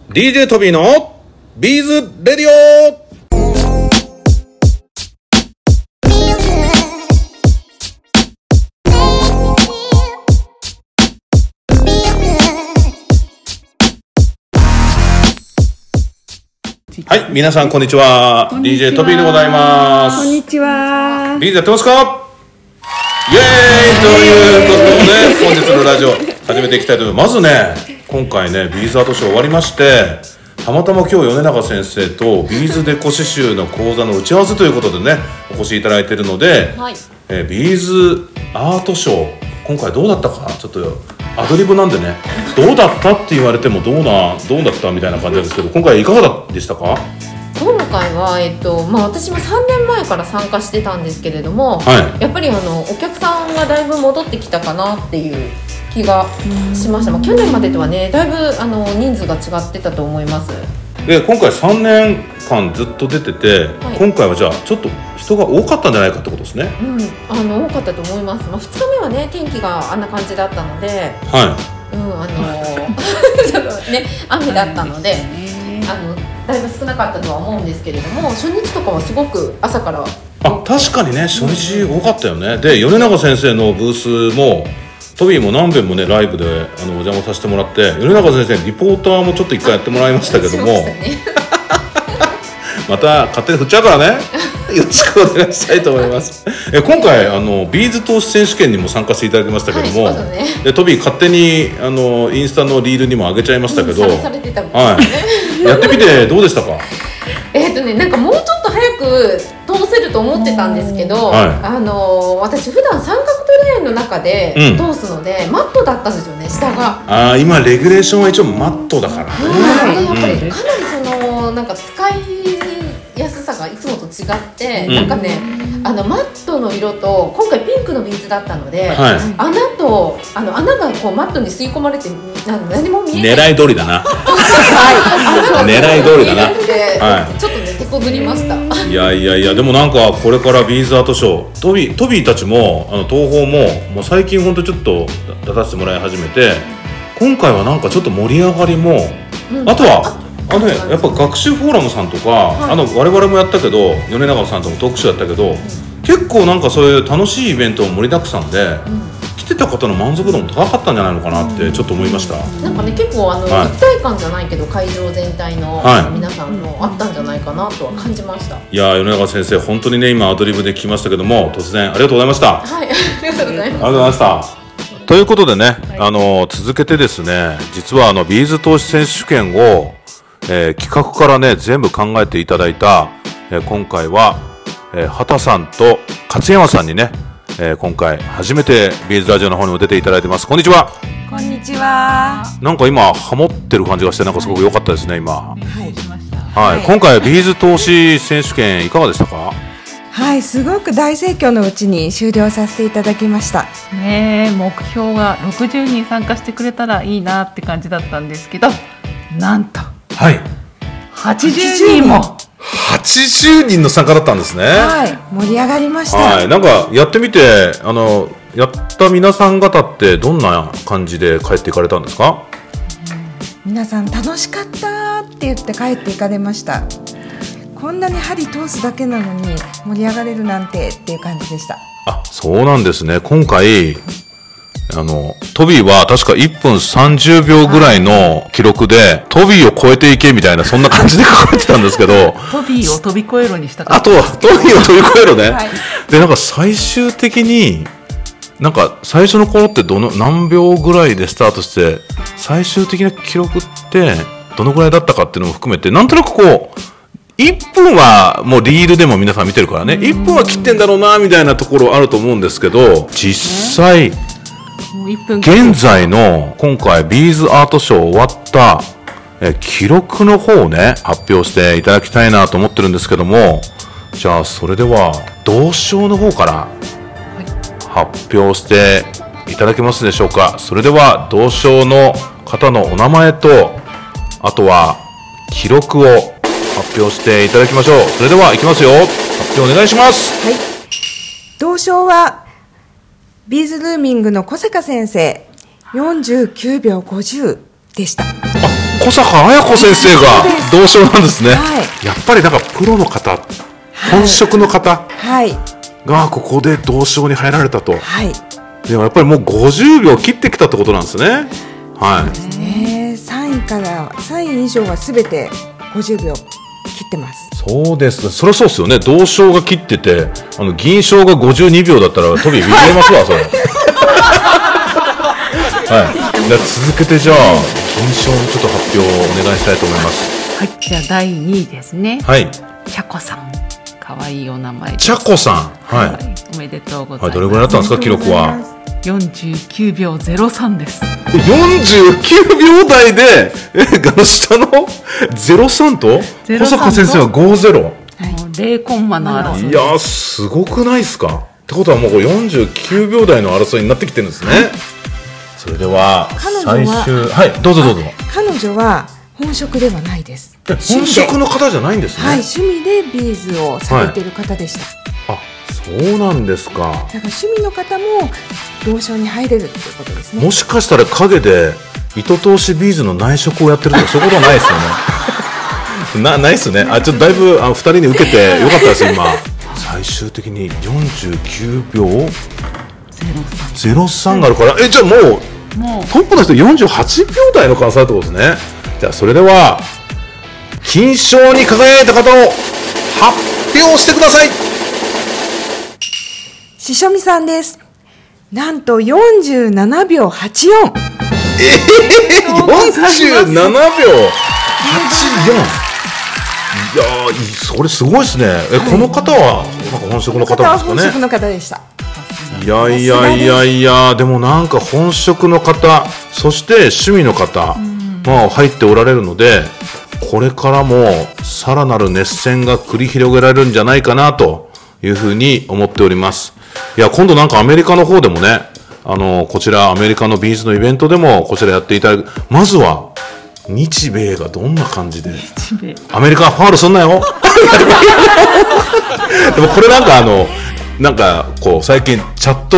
DJ トビーのビーズレディオ。はい、皆さんこんにちは。DJ トビーでございます。 こんにちは。 ビーズやってますか？イエーイということで、本日のラジオ始めていきたいと思います。まずね、今回ね、ビーズアートショー終わりまして、たまたま今日米長先生とビーズデコ刺繍の講座の打ち合わせということでね、お越しいただいているので、 はい、 ビーズアートショー、今回どうだったか、ちょっとアドリブなんでね、どうだったって言われてもどうだったみたいな感じなんですけど、今回いかがでしたか？ 今回は、私も3年前から参加してたんですけれども、 はい、 やっぱりお客さんがだいぶ戻ってきたかなっていう気がしました。去年までとはね、だいぶ人数が違ってたと思います。 で、今回3年間ずっと出てて、はい、今回はじゃあちょっと人が多かったんじゃないかってことですね。 多かったと思います。2日目はね、天気があんな感じだったので、 はい、 ちょっとね、雨だったので、だいぶ少なかったとは思うんですけれども、初日とかはすごく朝から確かにね、初日多かったよね。で、米長先生のブースもトビーも何遍もねライブでお邪魔させてもらって、米長先生リポーターもちょっと一回やってもらいましたけども、また勝手に振っちゃうからねよろしくお願いしたいと思います今回ビーズ投資選手権にも参加していただきましたけども、はい、でトビー勝手にインスタのリールにも上げちゃいましたけど、 されてたみたいですね、 はい、やってみてどうでしたか？ なんかもうちょっと早く通せると思ってたんですけど、はい、私普段三角トレーンの中で通すので、マットだったんですよね、下が。 今レギュレーションは一応マットだからね、 やっぱりかなりなんか使いやすさがいつもと違って、なんかね、マットの色と今回ピンクのビーズだったので、はい、穴がこうマットに吸い込まれて何も見えない。 狙い通りだな狙い通りだな、 はい、ちょっとね手こずりました。 いやでもなんかこれからビーズアートショー、トビーたちも東宝もう最近ほんとちょっと出させてもらい始めて、今回はなんかちょっと盛り上がりも、あとはやっぱ学習フォーラムさんとか、はい、我々もやったけど、米長さんともトークショーやったけど、結構なんかそういう楽しいイベント盛りだくさんで、来てた方の満足度も高かったんじゃないのかなってちょっと思いました。 なんかね、結構一体感じゃないけど会場全体の、皆さんのあったんじゃないかなとは感じました。 いや、米長先生本当にね、今アドリブで聞きましたけども、突然ありがとうございました。 はい、ありがとうございます。 ありがとうございました。ということでね、続けてですね、実はビーズ投資選手権を企画からね全部考えていただいた、今回は、畑さんと勝山さんにね、今回初めてビーズラジオの方にも出ていただいてます。こんにちは。 こんにちは。 なんか今ハモってる感じがして、なんかすごく良かったですね今。 はい、 はい、今回ビーズ投資選手権いかがでしたか？ はい、すごく大盛況のうちに終了させていただきました。 ね、目標が60人参加してくれたらいいなって感じだったんですけど、なんとはい、 80人も 80人の参加だったんですね。 はい、盛り上がりました。 はい、なんかやってみてやった皆さん方ってどんな感じで帰っていかれたんですか？ 皆さん楽しかったって言って帰っていかれました。こんなに針通すだけなのに盛り上がれるなんてっていう感じでした。 あ、そうなんですね。今回トビーは確か1分30秒ぐらいの記録で、トビーを超えていけみたいな、そんな感じで書かれてたんですけどトビーを飛び越えろにしたかった。 あとはトビーを飛び越えろね、はい、でなんか最終的になんか最初の頃って何秒ぐらいでスタートして、最終的な記録ってどのぐらいだったかっていうのも含めて、なんとなくこう1分はもうリールでも皆さん見てるからね、1分は切ってんだろうなみたいなところあると思うんですけど、実際現在の今回ビーズアートショー終わった記録の方をね発表していただきたいなと思ってるんですけども、じゃあそれでは銅賞の方から発表していただけますでしょうか。それでは銅賞の方のお名前と、あとは記録を発表していただきましょう。それではいきますよ。発表お願いします。 はい、銅賞はビーズルーミングの小坂先生49秒50でした。 小坂綾子先生が同賞なんですね、 はい、 やっぱりなんかプロの方、本職の方がここで同賞に入られたと、はい、でもやっぱりもう50秒切ってきたってことなんですね。はい、そうですね。 3位以上は全て50秒切ってます。 そうです。そりゃそうですよね。銅賞が切ってて銀賞が52秒だったらトビービビりますわそれはい、じゃあ続けてじゃあ銀賞のちょっと発表をお願いしたいと思います。 はい、じゃあ第2位ですね。 はい、 ちゃこさん、かわいいお名前。 ちゃこさん、はい、 おめでとうございます。 はい、どれぐらいだったんですか記録は。 49秒03です。 49秒台で下の03と小坂先生は50、はい、 0コンマの争い。 いやすごくないですか。ってことはもう49秒台の争いになってきてるんですね、はい、それでは最終、はい、どうぞどうぞ。 彼女は本職ではないです。 本職の方じゃないんですね。 はい、趣味でビーズをされている方でした、 はい、そうなんですか。だから趣味の方も同賞に入れるっていうことですね。 もしかしたら陰で糸通しビーズの内職をやってるとかそういうことはないですよねないですね。ちょっとだいぶ2人に受けてよかったです今最終的に49秒03があるから、じゃあもうトップの人48秒台の換算ってことですね。じゃあそれでは金賞に輝いた方を発表してください。 ししょみさんです。なんと47秒84。 47秒84。いやそれすごいですね。この方はなんか本職の方なんですかね。 本職の方でした。 いやでもなんか本職の方、そして趣味の方、入っておられるので、これからもさらなる熱戦が繰り広げられるんじゃないかなというふうに思っております。いや今度なんかアメリカの方でもね、こちらアメリカのビーズのイベントでもこちらやっていただく。まずは日米がどんな感じで、アメリカファウルすんなよでもこれなんかこう最近チャット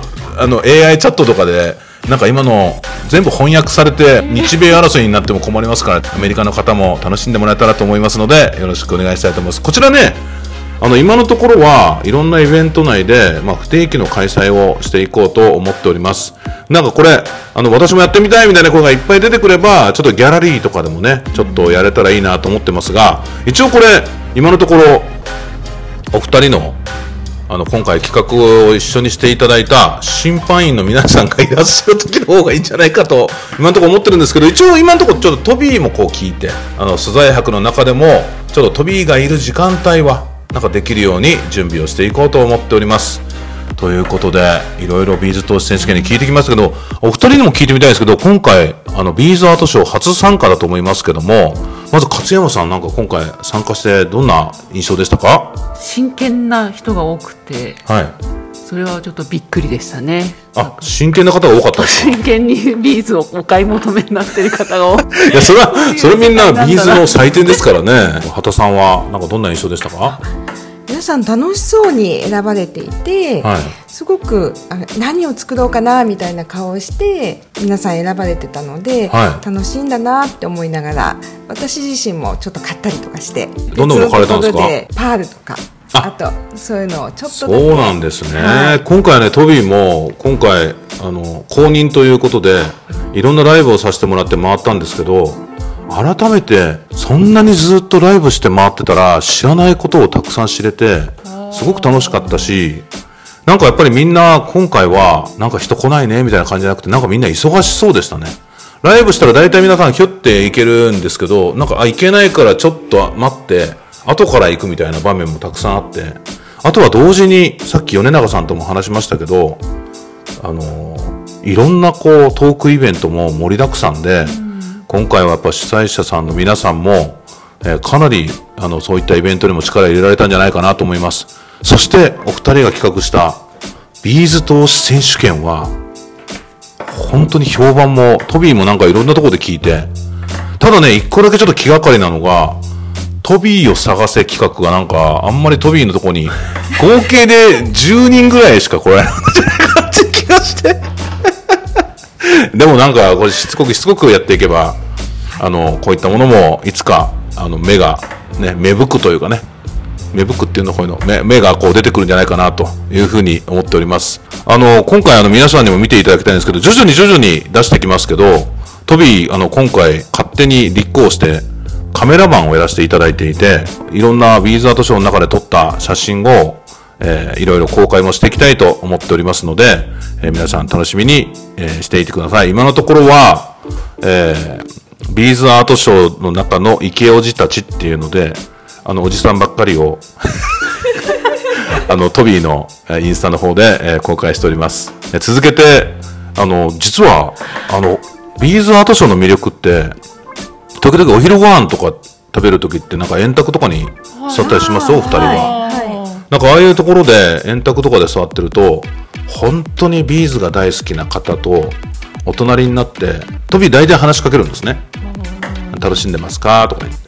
AI チャットとかでなんか今の全部翻訳されて日米争いになっても困りますから、アメリカの方も楽しんでもらえたらと思いますのでよろしくお願いしたいと思います。こちらね、今のところはいろんなイベント内で、不定期の開催をしていこうと思っております。なんかこれ私もやってみたいみたいな声がいっぱい出てくれば、ちょっとギャラリーとかでもねちょっとやれたらいいなと思ってますが、一応これ今のところお二人の今回企画を一緒にしていただいた審判員の皆さんがいらっしゃる時の方がいいんじゃないかと今のところ思ってるんですけど、一応今のところちょっとトビーもこう聞いて取材博の中でもちょっとトビーがいる時間帯はなんかできるように準備をしていこうと思っております。ということでいろいろビーズ投資選手権に聞いてきますけど、お二人にも聞いてみたいですけど、今回ビーズアートショー初参加だと思いますけども、まず勝山さんなんか今回参加してどんな印象でしたか？ 真剣な人が多くて、はい、それはちょっとびっくりでしたね。 真剣な方が多かったですか？ 真剣にビーズをお買い求めになってる方が多いいやそれみんなビーズの祭典ですからね畑さんはなんかどんな印象でしたか？ 皆さん楽しそうに選ばれていて、はい、すごく何を作ろうかなみたいな顔をして皆さん選ばれてたので、はい、楽しいんだなって思いながら、私自身もちょっと買ったりとかして、 どんなもの買われたんですか？ パールとかあとそういうのをちょっとだけ。 そうなんですね、はい、今回ねトビーも今回公認ということでいろんなライブをさせてもらって回ったんですけど、改めてそんなにずっとライブして回ってたら知らないことをたくさん知れてすごく楽しかったし、なんかやっぱりみんな今回はなんか人来ないねみたいな感じじゃなくて、なんかみんな忙しそうでしたね。ライブしたら大体皆さんひょって行けるんですけど、なんか行けないからちょっと待って後から行くみたいな場面もたくさんあって、あとは同時にさっき米長さんとも話しましたけど、いろんなこうトークイベントも盛りだくさんで、今回はやっぱ主催者さんの皆さんも、かなりそういったイベントにも力入れられたんじゃないかなと思います。そしてお二人が企画したビーズ投資選手権は本当に評判もトビーもなんかいろんなところで聞いて、ただね一個だけちょっと気がかりなのがトビーを探せ企画がなんかあんまりトビーのところに合計で10人ぐらいしか来られないんじゃないかって気がしてでもなんかこれしつこくやっていけばこういったものもいつか目がね芽吹くというかね、芽吹くっていうのこういうの目がこう出てくるんじゃないかなというふうに思っております。今回皆さんにも見ていただきたいんですけど、徐々に出してきますけど、トビー今回勝手に立候補してカメラマンをやらせていただいていて、いろんなビーズアートショーの中で撮った写真をいろいろ公開もしていきたいと思っておりますので、皆さん楽しみに、していてください。今のところは、ビーズアートショーの中のイケオジたちっていうので、おじさんばっかりをトビーのインスタの方で、公開しております。続けて実はビーズアートショーの魅力って、時々お昼ご飯とか食べるときってなんか円卓とかに座ったりしますお二人は。なんかああいうところで円卓とかで座ってると、本当にビーズが大好きな方とお隣になってトビー大体話しかけるんですね。楽しんでますかとか言って。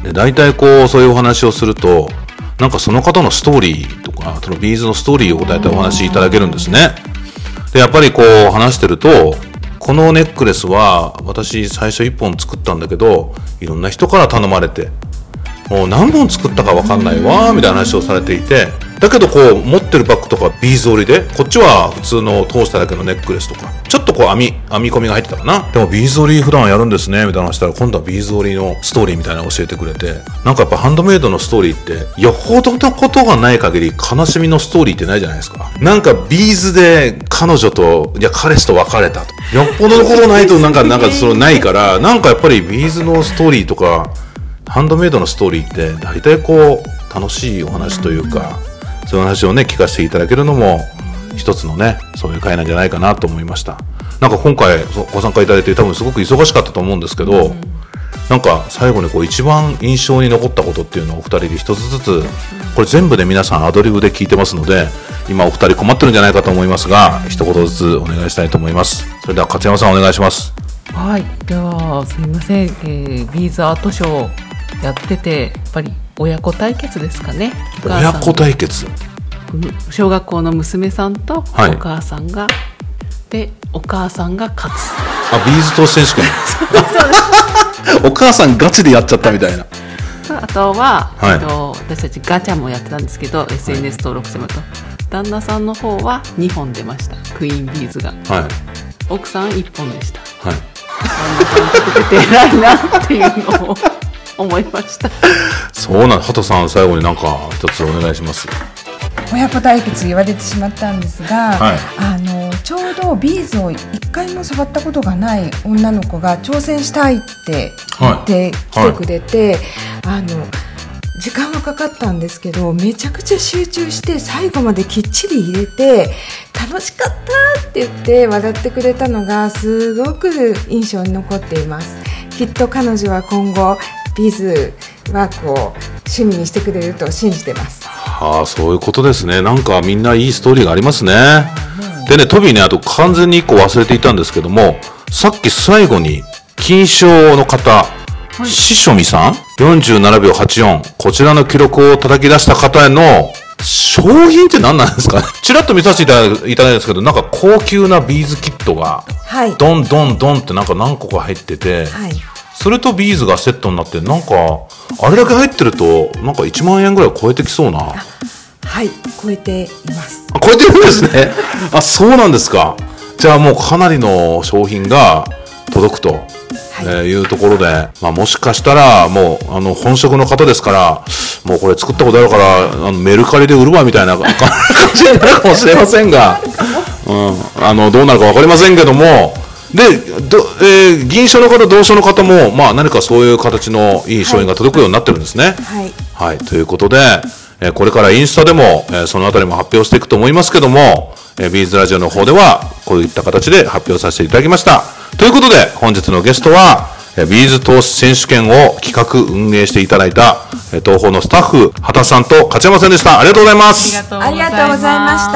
で大体こうそういうお話をすると、なんかその方のストーリーとか、そのビーズのストーリーを大体お話しいただけるんですね。でやっぱりこう話してると、このネックレスは私最初1本作ったんだけど、いろんな人から頼まれて、もう何本作ったか分かんないわみたいな話をされていて、だけどこう持ってるバッグとかビーズ織りで、こっちは普通の通しただけのネックレスとか、ちょっとこう編み込みが入ってたかな。でもビーズ織り普段やるんですねみたいな話したら、今度はビーズ織りのストーリーみたいなの教えてくれて、なんかやっぱハンドメイドのストーリーってよほどのことがない限り悲しみのストーリーってないじゃないですか。なんかビーズで彼女と彼氏と別れたと、よっぽどのことないとなんかそれないから、なんかやっぱりビーズのストーリーとかハンドメイドのストーリーって大体こう楽しいお話というか、そういう話をね聞かせていただけるのも一つのねそういう回なんじゃないかなと思いました。なんか今回ご参加いただいて多分すごく忙しかったと思うんですけど、なんか最後にこう一番印象に残ったことっていうのをお二人で一つずつ、これ全部で皆さんアドリブで聞いてますので、今お二人困ってるんじゃないかと思いますが、一言ずつお願いしたいと思います。それでは勝山さんお願いします。 はい、ではすいません、ビーズアートショーやってて、やっぱり親子対決ですかね。 親子対決、 小学校の娘さんとお母さんが、でお母さんが勝つ。 ビーズ投資選手権お母さんガチでやっちゃったみたいな。 あとは、私たちガチャもやってたんですけど、SNS 登録してもらうと、旦那さんの方は2本出ました、クイーンビーズが、奥さん1本でした。旦那さん出て偉いなっていうのを思いました。 そうなん、鳩さん最後になんか一つお願いします。 親子対決言われてしまったんですが、ちょうどビーズを一回も触ったことがない女の子が挑戦したいって言って来てくれて、時間はかかったんですけど、めちゃくちゃ集中して最後まできっちり入れて、楽しかったって言って笑ってくれたのがすごく印象に残っています。きっと彼女は今後ビーズワークを趣味にしてくれると信じてます。 そういうことですね。なんかみんないいストーリーがありますね。でね、トビーね、あと完全に1個忘れていたんですけども、さっき最後に金賞の方、ししょみさん47秒84、こちらの記録を叩き出した方への商品って何なんですかね。ちらっと見させていただいたんですけど、なんか高級なビーズキットがドンドンドンってなんか何個か入ってて、それとビーズがセットになって、なんかあれだけ入ってるとなんか1万円ぐらい超えてきそうな。 超えています。 超えてるんですね。そうなんですか。じゃあもうかなりの商品が届くと、いうところで、もしかしたらもう本職の方ですから、もうこれ作ったことあるからメルカリで売るわみたいな感じになるかもしれませんが、どうなるか分かりませんけども、で銀賞の方銅賞の方も、何かそういう形のいい商品が届くようになってるんですね。ということで、これからインスタでも、そのあたりも発表していくと思いますけども、ビーズラジオの方ではこういった形で発表させていただきました。ということで本日のゲストはビーズ投資選手権を企画運営していただいた東宝のスタッフ畑さんと勝山さんでした。ありがとうございます。 ありがとうございました。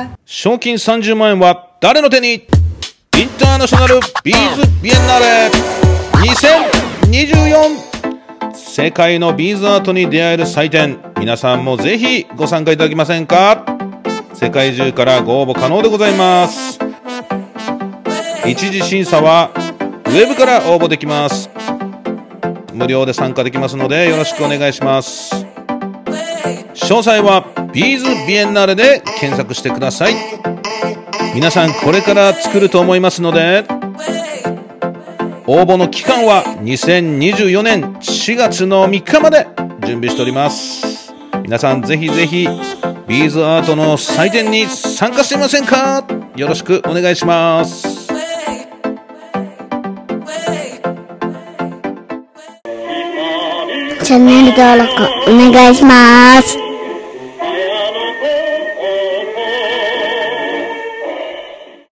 賞金30万円は誰の手に。インターナショナルビーズビエンナーレ2024、世界のビーズアートに出会える祭典、皆さんもぜひご参加いただけませんか。世界中からご応募可能でございます。一次審査はェブから応募できます。無料で参加できますのでよろしくお願いします。詳細はビーズビエンナーレで検索してください。皆さんこれから作ると思いますので、応募の期間は2024年4月の3日まで準備しております。皆さんぜひぜひビーズアートの祭典に参加してみませんか？よろしくお願いします。 チャンネル登録お願いします。